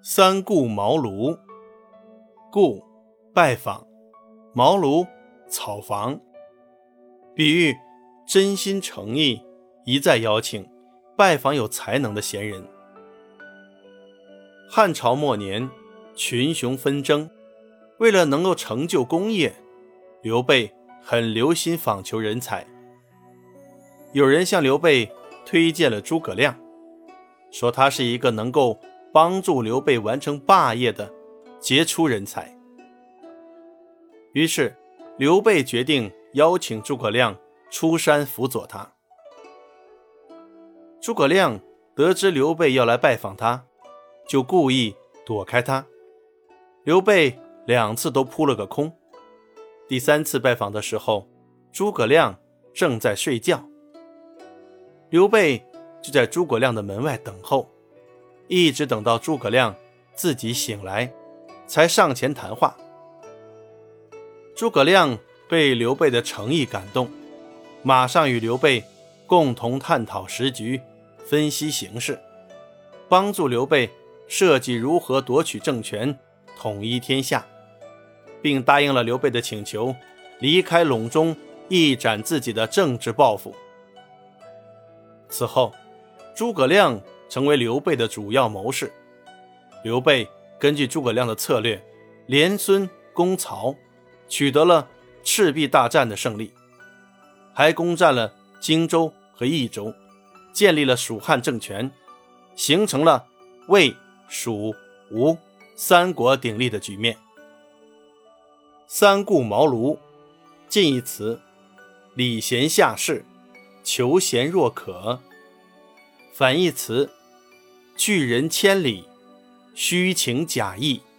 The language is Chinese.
三顾茅庐。顾，拜访；茅庐，草房。比喻真心诚意一再邀请拜访有才能的贤人。汉朝末年，群雄纷争，为了能够成就功业，刘备很留心访求人才。有人向刘备推荐了诸葛亮，说他是一个能够帮助刘备完成霸业的杰出人才。于是刘备决定邀请诸葛亮出山辅佐他。诸葛亮得知刘备要来拜访他，就故意躲开他。刘备2次都扑了个空。第3次拜访的时候，诸葛亮正在睡觉。刘备就在诸葛亮的门外等候，一直等到诸葛亮自己醒来，才上前谈话。诸葛亮被刘备的诚意感动，马上与刘备共同探讨时局，分析形势，帮助刘备设计如何夺取政权，统一天下，并答应了刘备的请求，离开陇中，一展自己的政治抱负。此后，诸葛亮成为刘备的主要谋士。刘备根据诸葛亮的策略，连孙攻曹，取得了赤壁大战的胜利，还攻占了荆州和益州，建立了蜀汉政权，形成了魏、蜀、吴3国鼎立的局面。三顾茅庐，近义词：礼贤下士，求贤若渴；反义词：拒人千里，虚情假意。